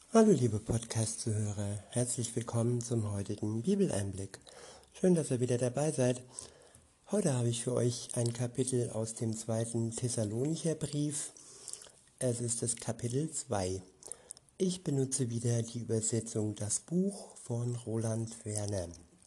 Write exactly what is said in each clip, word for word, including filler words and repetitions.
Hallo liebe Podcast-Zuhörer, herzlich willkommen zum heutigen Bibeleinblick. Schön, dass ihr wieder dabei seid. Heute habe ich für euch ein Kapitel aus dem zweiten Thessalonicher Brief. Es ist das Kapitel zwei. Ich benutze wieder die Übersetzung Das Buch von Roland Werner.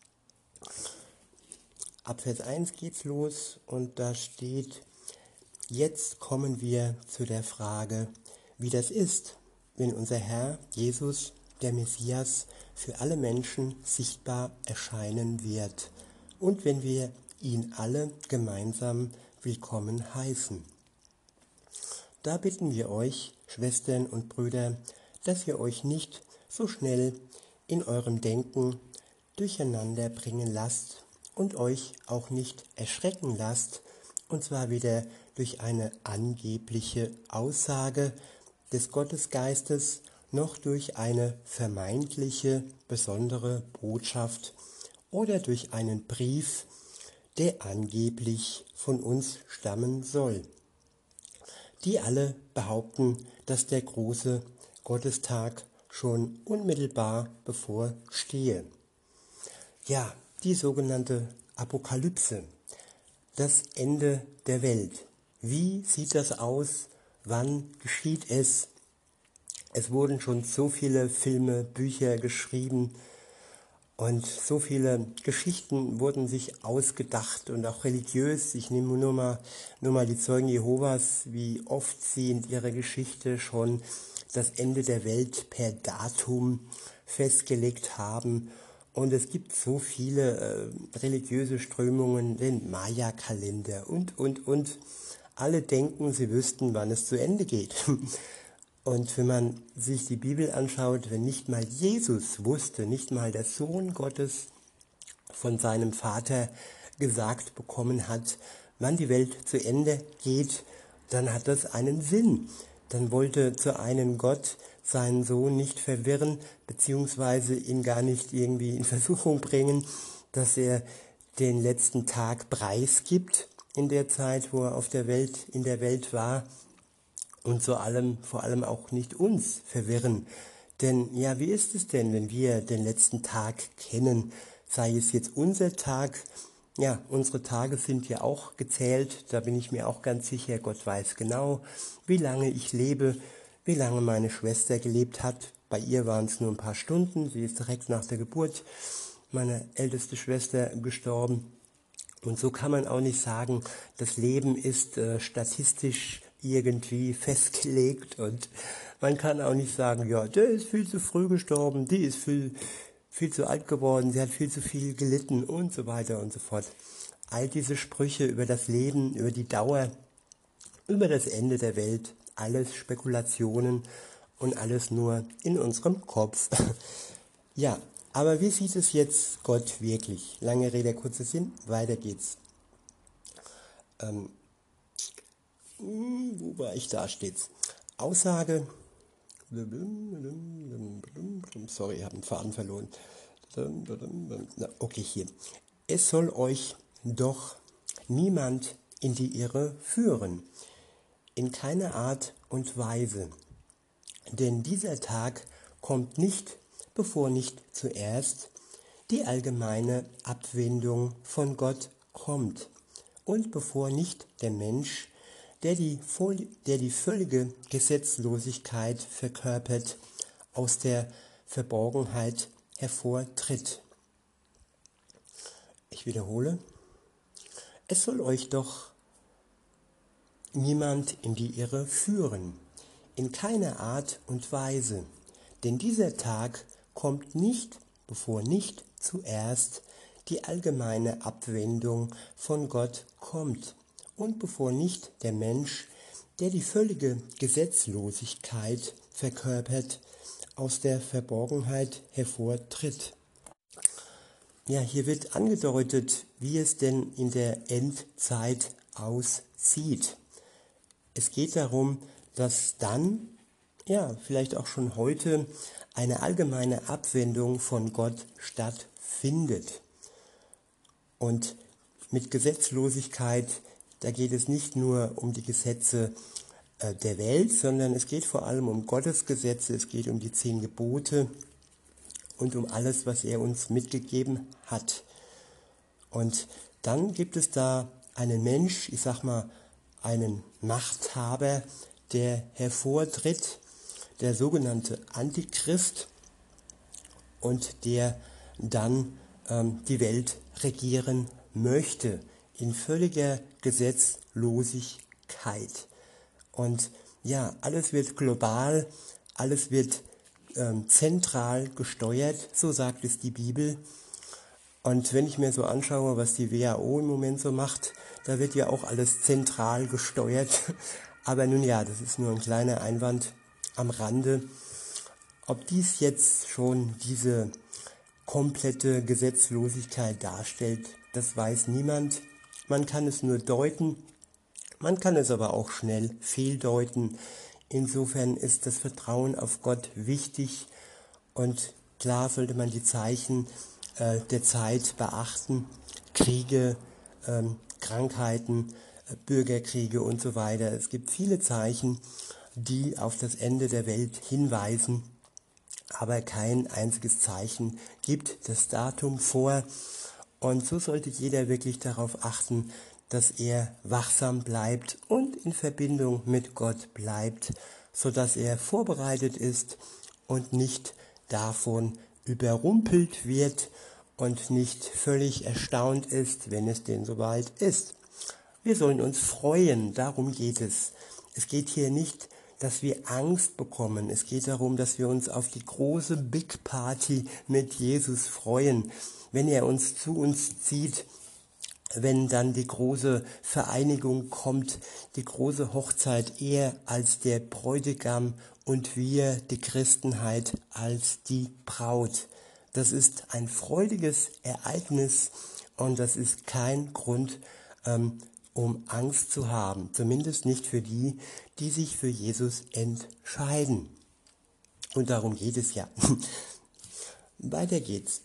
Ab Vers eins geht's los und da steht: Jetzt kommen wir zu der Frage, wie das ist, wenn unser Herr Jesus, der Messias, für alle Menschen sichtbar erscheinen wird und wenn wir ihn alle gemeinsam willkommen heißen. Da bitten wir euch, Schwestern und Brüder, dass ihr euch nicht so schnell in eurem Denken durcheinander bringen lasst und euch auch nicht erschrecken lasst, und zwar weder durch eine angebliche Aussage des Gottesgeistes noch durch eine vermeintliche besondere Botschaft oder durch einen Brief, der angeblich von uns stammen soll. Die alle behaupten, dass der große Gottestag schon unmittelbar bevorstehe. Ja, die sogenannte Apokalypse, das Ende der Welt. Wie sieht das aus? Wann geschieht es? Es wurden schon so viele Filme, Bücher geschrieben und so viele Geschichten wurden sich ausgedacht und auch religiös. Ich nehme nur mal, nur mal die Zeugen Jehovas, wie oft sie in ihrer Geschichte schon das Ende der Welt per Datum festgelegt haben. Und es gibt so viele äh, religiöse Strömungen, den Maya-Kalender und, und, und. Alle denken, sie wüssten, wann es zu Ende geht. Und wenn man sich die Bibel anschaut, wenn nicht mal Jesus wusste, nicht mal der Sohn Gottes von seinem Vater gesagt bekommen hat, wann die Welt zu Ende geht, dann hat das einen Sinn. Dann wollte zu einem Gott seinen Sohn nicht verwirren, beziehungsweise ihn gar nicht irgendwie in Versuchung bringen, dass er den letzten Tag preisgibt in der Zeit, wo er auf der Welt, in der Welt war. Und vor allem, vor allem auch nicht uns verwirren. Denn ja, wie ist es denn, wenn wir den letzten Tag kennen? Sei es jetzt unser Tag, ja, unsere Tage sind ja auch gezählt, da bin ich mir auch ganz sicher, Gott weiß genau, wie lange ich lebe, wie lange meine Schwester gelebt hat. Bei ihr waren es nur ein paar Stunden, sie ist direkt nach der Geburt, meine älteste Schwester, gestorben. Und so kann man auch nicht sagen, das Leben ist äh, statistisch irgendwie festgelegt und man kann auch nicht sagen, ja, der ist viel zu früh gestorben, die ist viel, viel zu alt geworden, sie hat viel zu viel gelitten und so weiter und so fort. All diese Sprüche über das Leben, über die Dauer, über das Ende der Welt, alles Spekulationen und alles nur in unserem Kopf. Ja, aber wie sieht es jetzt Gott wirklich? Lange Rede, kurzer Sinn, weiter geht's. Ähm, wo war ich? Da steht's. Aussage, sorry, ich habe einen Faden verloren. Okay, hier. Es soll euch doch niemand in die Irre führen, in keiner Art und Weise. Denn dieser Tag kommt nicht, bevor nicht zuerst die allgemeine Abwendung von Gott kommt und bevor nicht der Mensch, der die, der die völlige Gesetzlosigkeit verkörpert, aus der Verborgenheit hervortritt. Ich wiederhole, es soll euch doch niemand in die Irre führen, in keiner Art und Weise, denn dieser Tag kommt nicht, bevor nicht zuerst die allgemeine Abwendung von Gott kommt und bevor nicht der Mensch, der die völlige Gesetzlosigkeit verkörpert, aus der Verborgenheit hervortritt. Ja, hier wird angedeutet, wie es denn in der Endzeit aussieht. Es geht darum, dass dann, ja, vielleicht auch schon heute, eine allgemeine Abwendung von Gott stattfindet. Und mit Gesetzlosigkeit, da geht es nicht nur um die Gesetze äh, der Welt, sondern es geht vor allem um Gottes Gesetze, es geht um die zehn Gebote und um alles, was er uns mitgegeben hat. Und dann gibt es da einen Mensch, ich sag mal, einen Machthaber, der hervortritt, der sogenannte Antichrist, und der dann ähm, die Welt regieren möchte, in völliger Gesetzlosigkeit. Und ja, alles wird global, alles wird ähm, zentral gesteuert, so sagt es die Bibel. Und wenn ich mir so anschaue, was die W H O im Moment so macht, da wird ja auch alles zentral gesteuert. Aber nun ja, das ist nur ein kleiner Einwand am Rande. Ob dies jetzt schon diese komplette Gesetzlosigkeit darstellt, das weiß niemand. Man kann es nur deuten, man kann es aber auch schnell fehldeuten. Insofern ist das Vertrauen auf Gott wichtig und klar sollte man die Zeichen äh, der Zeit beachten. Kriege, ähm, Krankheiten, äh, Bürgerkriege und so weiter. Es gibt viele Zeichen, die auf das Ende der Welt hinweisen, aber kein einziges Zeichen gibt das Datum vor. Und so sollte jeder wirklich darauf achten, dass er wachsam bleibt und in Verbindung mit Gott bleibt, sodass er vorbereitet ist und nicht davon überrumpelt wird und nicht völlig erstaunt ist, wenn es denn soweit ist. Wir sollen uns freuen, darum geht es. Es geht hier nicht, dass wir Angst bekommen. Es geht darum, dass wir uns auf die große Big Party mit Jesus freuen, wenn er uns zu uns zieht, wenn dann die große Vereinigung kommt, die große Hochzeit, er als der Bräutigam und wir, die Christenheit, als die Braut. Das ist ein freudiges Ereignis und das ist kein Grund, ähm, um Angst zu haben. Zumindest nicht für die, die sich für Jesus entscheiden. Und darum geht es ja. Weiter geht's.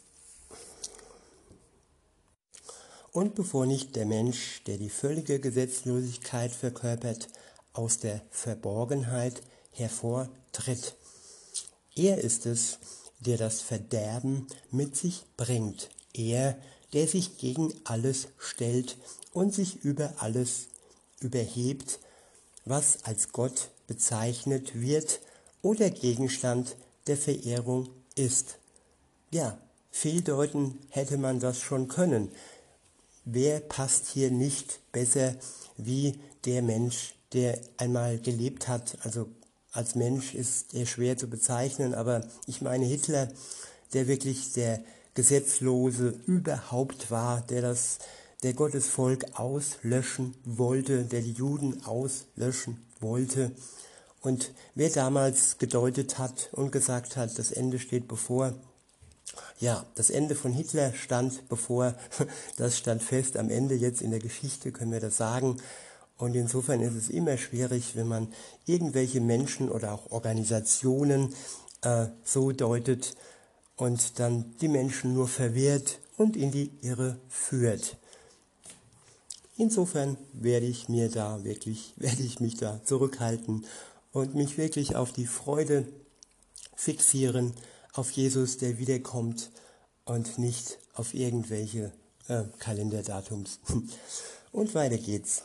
Und bevor nicht der Mensch, der die völlige Gesetzlosigkeit verkörpert, aus der Verborgenheit hervortritt. Er ist es, der das Verderben mit sich bringt. Er, der sich gegen alles stellt und sich über alles überhebt, was als Gott bezeichnet wird oder Gegenstand der Verehrung ist. Ja, fehldeuten hätte man das schon können. Wer passt hier nicht besser wie der Mensch, der einmal gelebt hat? Also als Mensch ist er schwer zu bezeichnen, aber ich meine Hitler, der wirklich der Gesetzlose überhaupt war, der das, der Gottes Volk auslöschen wollte, der die Juden auslöschen wollte. Und wer damals gedeutet hat und gesagt hat, das Ende steht bevor, ja, das Ende von Hitler stand bevor, das stand fest. Am Ende jetzt in der Geschichte können wir das sagen. Und insofern ist es immer schwierig, wenn man irgendwelche Menschen oder auch Organisationen äh, so deutet und dann die Menschen nur verwirrt und in die Irre führt. Insofern werde ich mir da wirklich, werde ich mich da zurückhalten und mich wirklich auf die Freude fixieren, auf Jesus, der wiederkommt und nicht auf irgendwelche äh, Kalenderdatums. Und weiter geht's.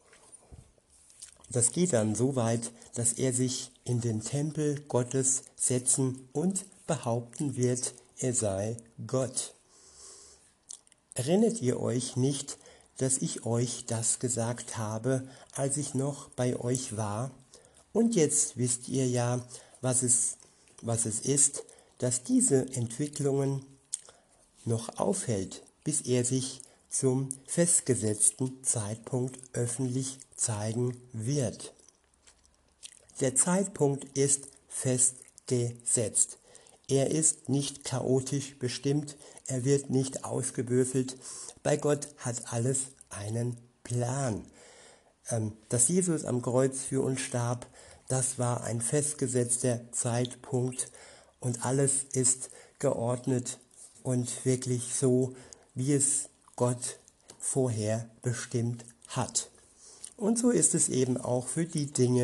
Das geht dann so weit, dass er sich in den Tempel Gottes setzen und behaupten wird, er sei Gott. Erinnert ihr euch nicht, dass ich euch das gesagt habe, als ich noch bei euch war? Und jetzt wisst ihr ja, was es, was es ist, dass diese Entwicklungen noch aufhält, bis er sich zum festgesetzten Zeitpunkt öffentlich zeigen wird. Der Zeitpunkt ist festgesetzt. Er ist nicht chaotisch bestimmt, er wird nicht ausgewürfelt. Bei Gott hat alles einen Plan. Ähm, dass Jesus am Kreuz für uns starb, das war ein festgesetzter Zeitpunkt und alles ist geordnet und wirklich so, wie es Gott vorher bestimmt hat. Und so ist es eben auch für die Dinge,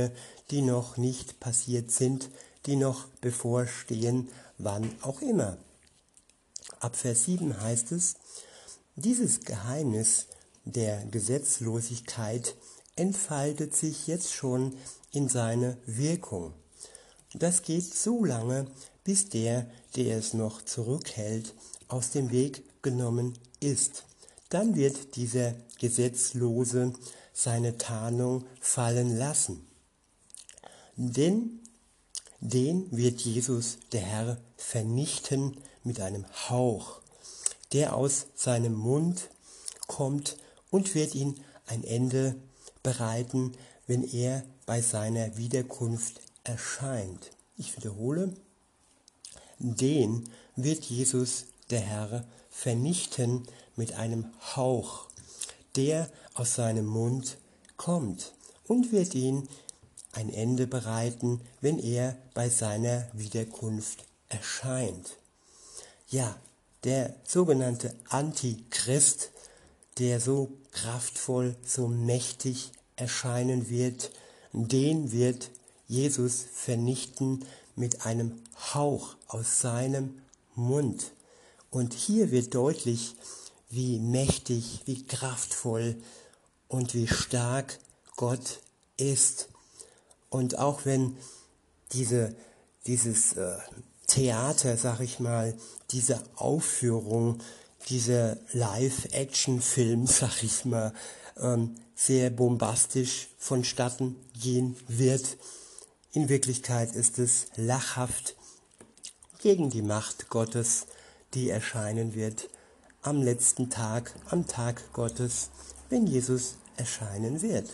die noch nicht passiert sind, die noch bevorstehen, wann auch immer. Ab Vers sieben heißt es, dieses Geheimnis der Gesetzlosigkeit entfaltet sich jetzt schon in seine Wirkung. Das geht so lange, bis der, der es noch zurückhält, aus dem Weg genommen ist. Dann wird dieser Gesetzlose seine Tarnung fallen lassen. Denn den wird Jesus, der Herr, vernichten mit einem Hauch, der aus seinem Mund kommt, und wird ihn ein Ende bereiten, wenn er bei seiner Wiederkunft erscheint. Ich wiederhole, den wird Jesus, der Herr, vernichten mit einem Hauch, der aus seinem Mund kommt, und wird ihn ein Ende bereiten, wenn er bei seiner Wiederkunft erscheint. Ja, der sogenannte Antichrist, der so kraftvoll, so mächtig erscheinen wird, den wird Jesus vernichten mit einem Hauch aus seinem Mund. Und hier wird deutlich, wie mächtig, wie kraftvoll und wie stark Gott ist. Und auch wenn diese, dieses äh, Theater, sag ich mal, diese Aufführung, dieser Live-Action-Film, sag ich mal, ähm, sehr bombastisch vonstatten gehen wird, in Wirklichkeit ist es lachhaft gegen die Macht Gottes, die erscheinen wird am letzten Tag, am Tag Gottes, wenn Jesus erscheinen wird.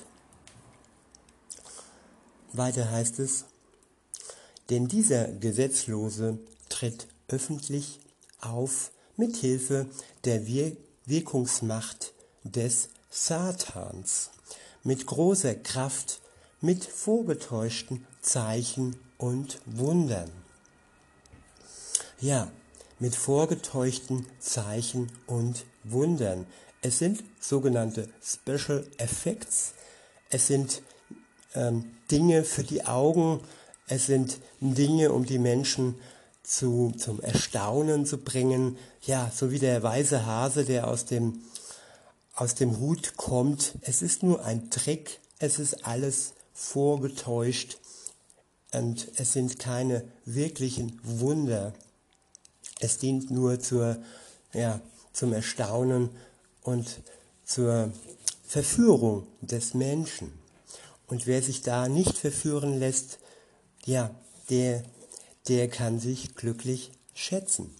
Weiter heißt es, denn dieser Gesetzlose tritt öffentlich auf mit Hilfe der Wir- Wirkungsmacht des Satans, mit großer Kraft, mit vorgetäuschten Zeichen und Wundern. Ja, mit vorgetäuschten Zeichen und Wundern. Es sind sogenannte Special Effects, es sind ähm, Dinge für die Augen, es sind Dinge, um die Menschen zu, zum Erstaunen zu bringen. Ja, so wie der weiße Hase, der aus dem, aus dem Hut kommt. Es ist nur ein Trick, es ist alles vorgetäuscht und es sind keine wirklichen Wunder. Es dient nur zur, ja, zum Erstaunen und zur Verführung des Menschen. Und wer sich da nicht verführen lässt, ja, der, der kann sich glücklich schätzen.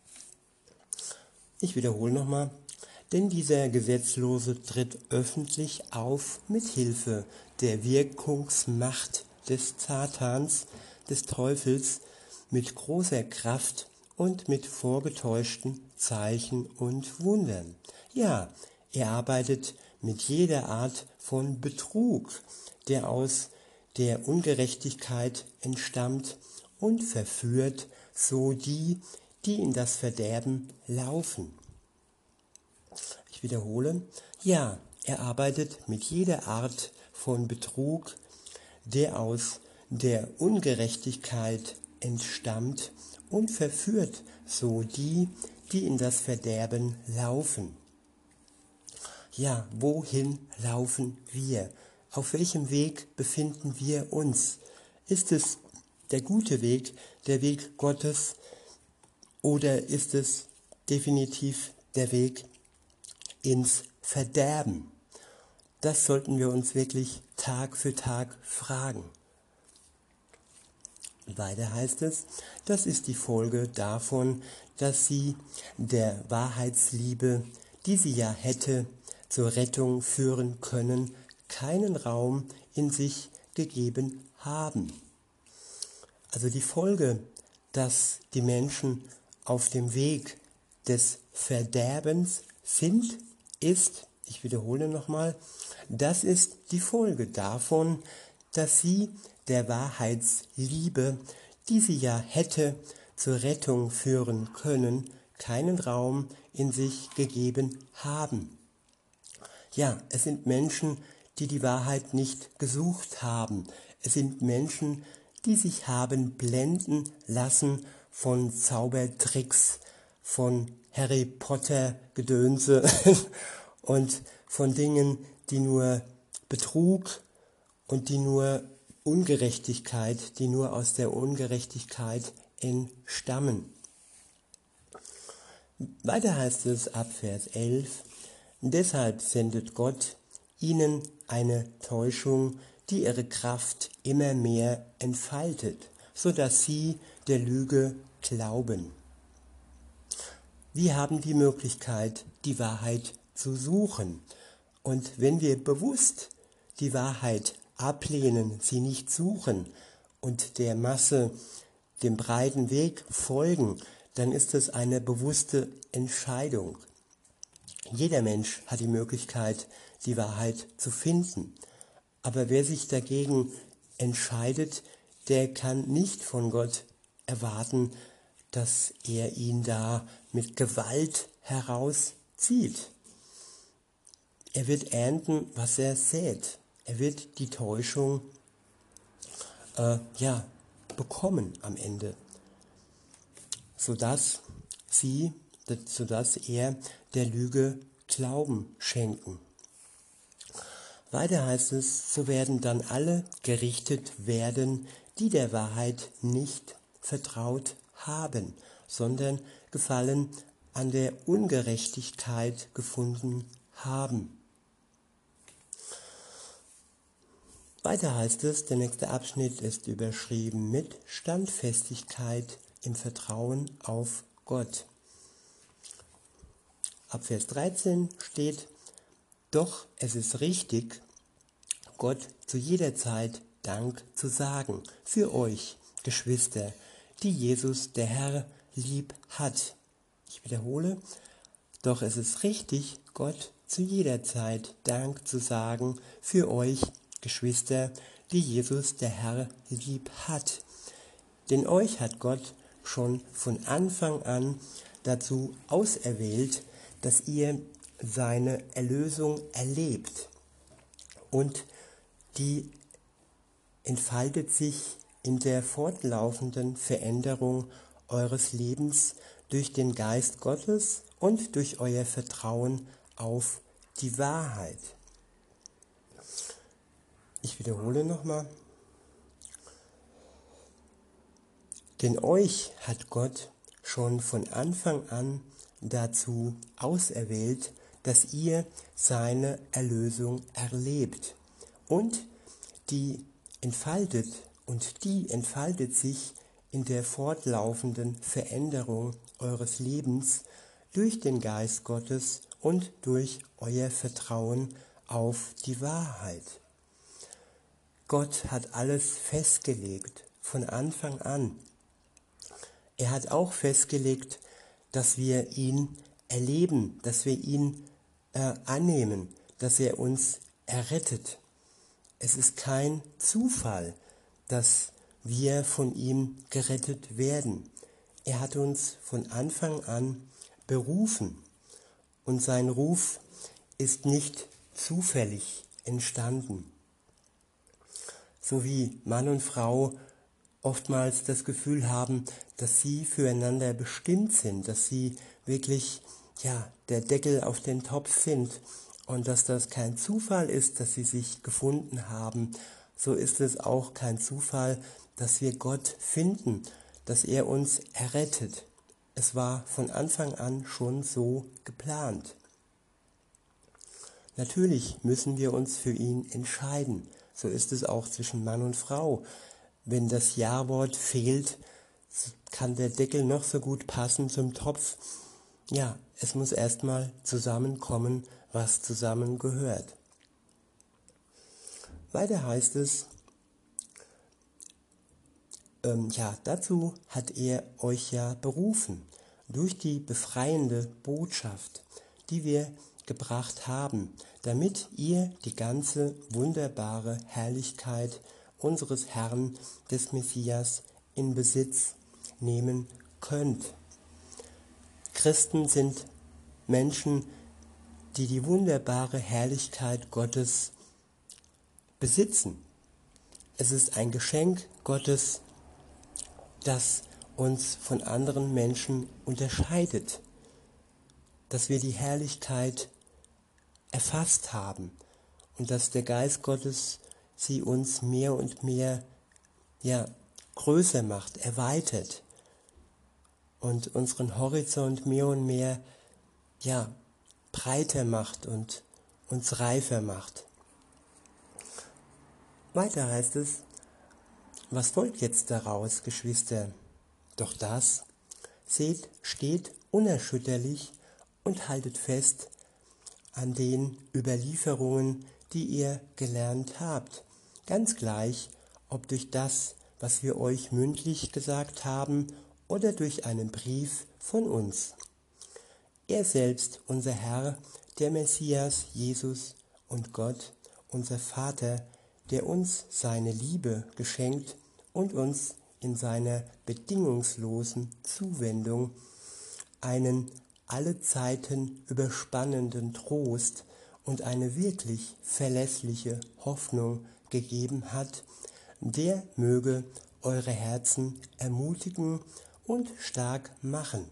Ich wiederhole nochmal, denn dieser Gesetzlose tritt öffentlich auf mit Hilfe der Wirkungsmacht des Satans, des Teufels, mit großer Kraft und mit vorgetäuschten Zeichen und Wundern. Ja, er arbeitet mit jeder Art von Betrug, der aus der Ungerechtigkeit entstammt, und verführt so die, die in das Verderben laufen. Ich wiederhole, ja, er arbeitet mit jeder Art von Betrug, der aus der Ungerechtigkeit entstammt, und verführt so die, die in das Verderben laufen. Ja, wohin laufen wir? Auf welchem Weg befinden wir uns? Ist es der gute Weg, der Weg Gottes, oder ist es definitiv der Weg ins Verderben? Das sollten wir uns wirklich Tag für Tag fragen. Weiter heißt es, das ist die Folge davon, dass sie der Wahrheitsliebe, die sie ja hätte zur Rettung führen können, keinen Raum in sich gegeben haben. Also die Folge, dass die Menschen auf dem Weg des Verderbens sind, ist, ich wiederhole nochmal, das ist die Folge davon, dass sie der Wahrheitsliebe, die sie ja hätte zur Rettung führen können, keinen Raum in sich gegeben haben. Ja, es sind Menschen, die die Wahrheit nicht gesucht haben. Es sind Menschen, die sich haben blenden lassen von Zaubertricks, von Harry Potter Gedönse und von Dingen, die nur Betrug und die nur Ungerechtigkeit, die nur aus der Ungerechtigkeit entstammen. Weiter heißt es ab Vers elf, deshalb sendet Gott ihnen eine Täuschung, die ihre Kraft immer mehr entfaltet, so dass sie der Lüge glauben. Wir haben die Möglichkeit, die Wahrheit zu suchen. Und wenn wir bewusst die Wahrheit ablehnen, sie nicht suchen und der Masse, dem breiten Weg folgen, dann ist es eine bewusste Entscheidung. Jeder Mensch hat die Möglichkeit, die Wahrheit zu finden. Aber wer sich dagegen entscheidet, der kann nicht von Gott erwarten, dass er ihn da mit Gewalt herauszieht. Er wird ernten, was er sät. Er wird die Täuschung äh, ja, bekommen am Ende, sodass sie, sodass er der Lüge Glauben schenken. Weiter heißt es, so werden dann alle gerichtet werden, die der Wahrheit nicht vertraut haben, sondern Gefallen an der Ungerechtigkeit gefunden haben. Weiter heißt es, der nächste Abschnitt ist überschrieben mit Standfestigkeit im Vertrauen auf Gott. Ab Vers dreizehn steht, doch es ist richtig, Gott zu jeder Zeit Dank zu sagen für euch, Geschwister, die Jesus der Herr lieb hat. Ich wiederhole, doch es ist richtig, Gott zu jeder Zeit Dank zu sagen für euch, Geschwister, die Jesus der Herr lieb hat. Denn euch hat Gott schon von Anfang an dazu auserwählt, dass ihr seine Erlösung erlebt. Und die entfaltet sich in der fortlaufenden Veränderung eures Lebens durch den Geist Gottes und durch euer Vertrauen auf die Wahrheit. Ich wiederhole nochmal. Denn euch hat Gott schon von Anfang an dazu auserwählt, dass ihr seine Erlösung erlebt. Und die entfaltet und die entfaltet sich in der fortlaufenden Veränderung eures Lebens durch den Geist Gottes und durch euer Vertrauen auf die Wahrheit. Gott hat alles festgelegt, von Anfang an. Er hat auch festgelegt, dass wir ihn erleben, dass wir ihn äh, annehmen, dass er uns errettet. Es ist kein Zufall, dass wir von ihm gerettet werden. Er hat uns von Anfang an berufen und sein Ruf ist nicht zufällig entstanden. So wie Mann und Frau oftmals das Gefühl haben, dass sie füreinander bestimmt sind, dass sie wirklich ja, der Deckel auf den Topf sind und dass das kein Zufall ist, dass sie sich gefunden haben, so ist es auch kein Zufall, dass wir Gott finden, dass er uns errettet. Es war von Anfang an schon so geplant. Natürlich müssen wir uns für ihn entscheiden. So ist es auch zwischen Mann und Frau. Wenn das Ja-Wort fehlt, kann der Deckel noch so gut passen zum Topf. Ja, es muss erstmal zusammenkommen, was zusammengehört. Weiter heißt es, ähm, ja, dazu hat er euch ja berufen, durch die befreiende Botschaft, die wir gebracht haben, damit ihr die ganze wunderbare Herrlichkeit unseres Herrn, des Messias, in Besitz nehmen könnt. Christen sind Menschen, die die wunderbare Herrlichkeit Gottes besitzen. Es ist ein Geschenk Gottes, das uns von anderen Menschen unterscheidet, dass wir die Herrlichkeit erfasst haben und dass der Geist Gottes sie uns mehr und mehr ja, größer macht, erweitert und unseren Horizont mehr und mehr ja, breiter macht und uns reifer macht. Weiter heißt es, was folgt jetzt daraus, Geschwister? Doch das, seht, steht unerschütterlich und haltet fest an den Überlieferungen, die ihr gelernt habt, ganz gleich, ob durch das, was wir euch mündlich gesagt haben, oder durch einen Brief von uns. Er selbst, unser Herr, der Messias, Jesus und Gott, unser Vater, der uns seine Liebe geschenkt und uns in seiner bedingungslosen Zuwendung einen alle Zeiten überspannenden Trost und eine wirklich verlässliche Hoffnung gegeben hat, der möge eure Herzen ermutigen und stark machen.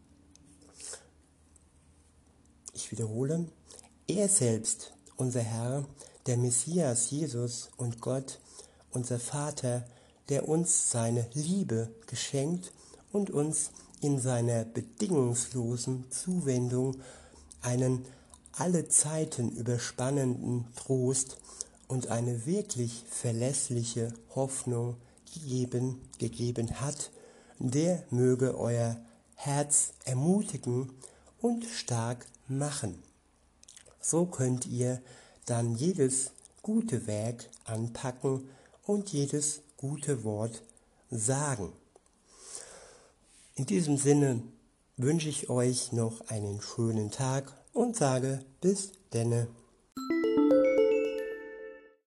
Ich wiederhole, er selbst, unser Herr, der Messias Jesus und Gott, unser Vater, der uns seine Liebe geschenkt und uns in seiner bedingungslosen Zuwendung einen alle Zeiten überspannenden Trost und eine wirklich verlässliche Hoffnung gegeben, gegeben hat, der möge euer Herz ermutigen und stark machen. So könnt ihr dann jedes gute Werk anpacken und jedes gute Wort sagen. In diesem Sinne wünsche ich euch noch einen schönen Tag und sage bis denne.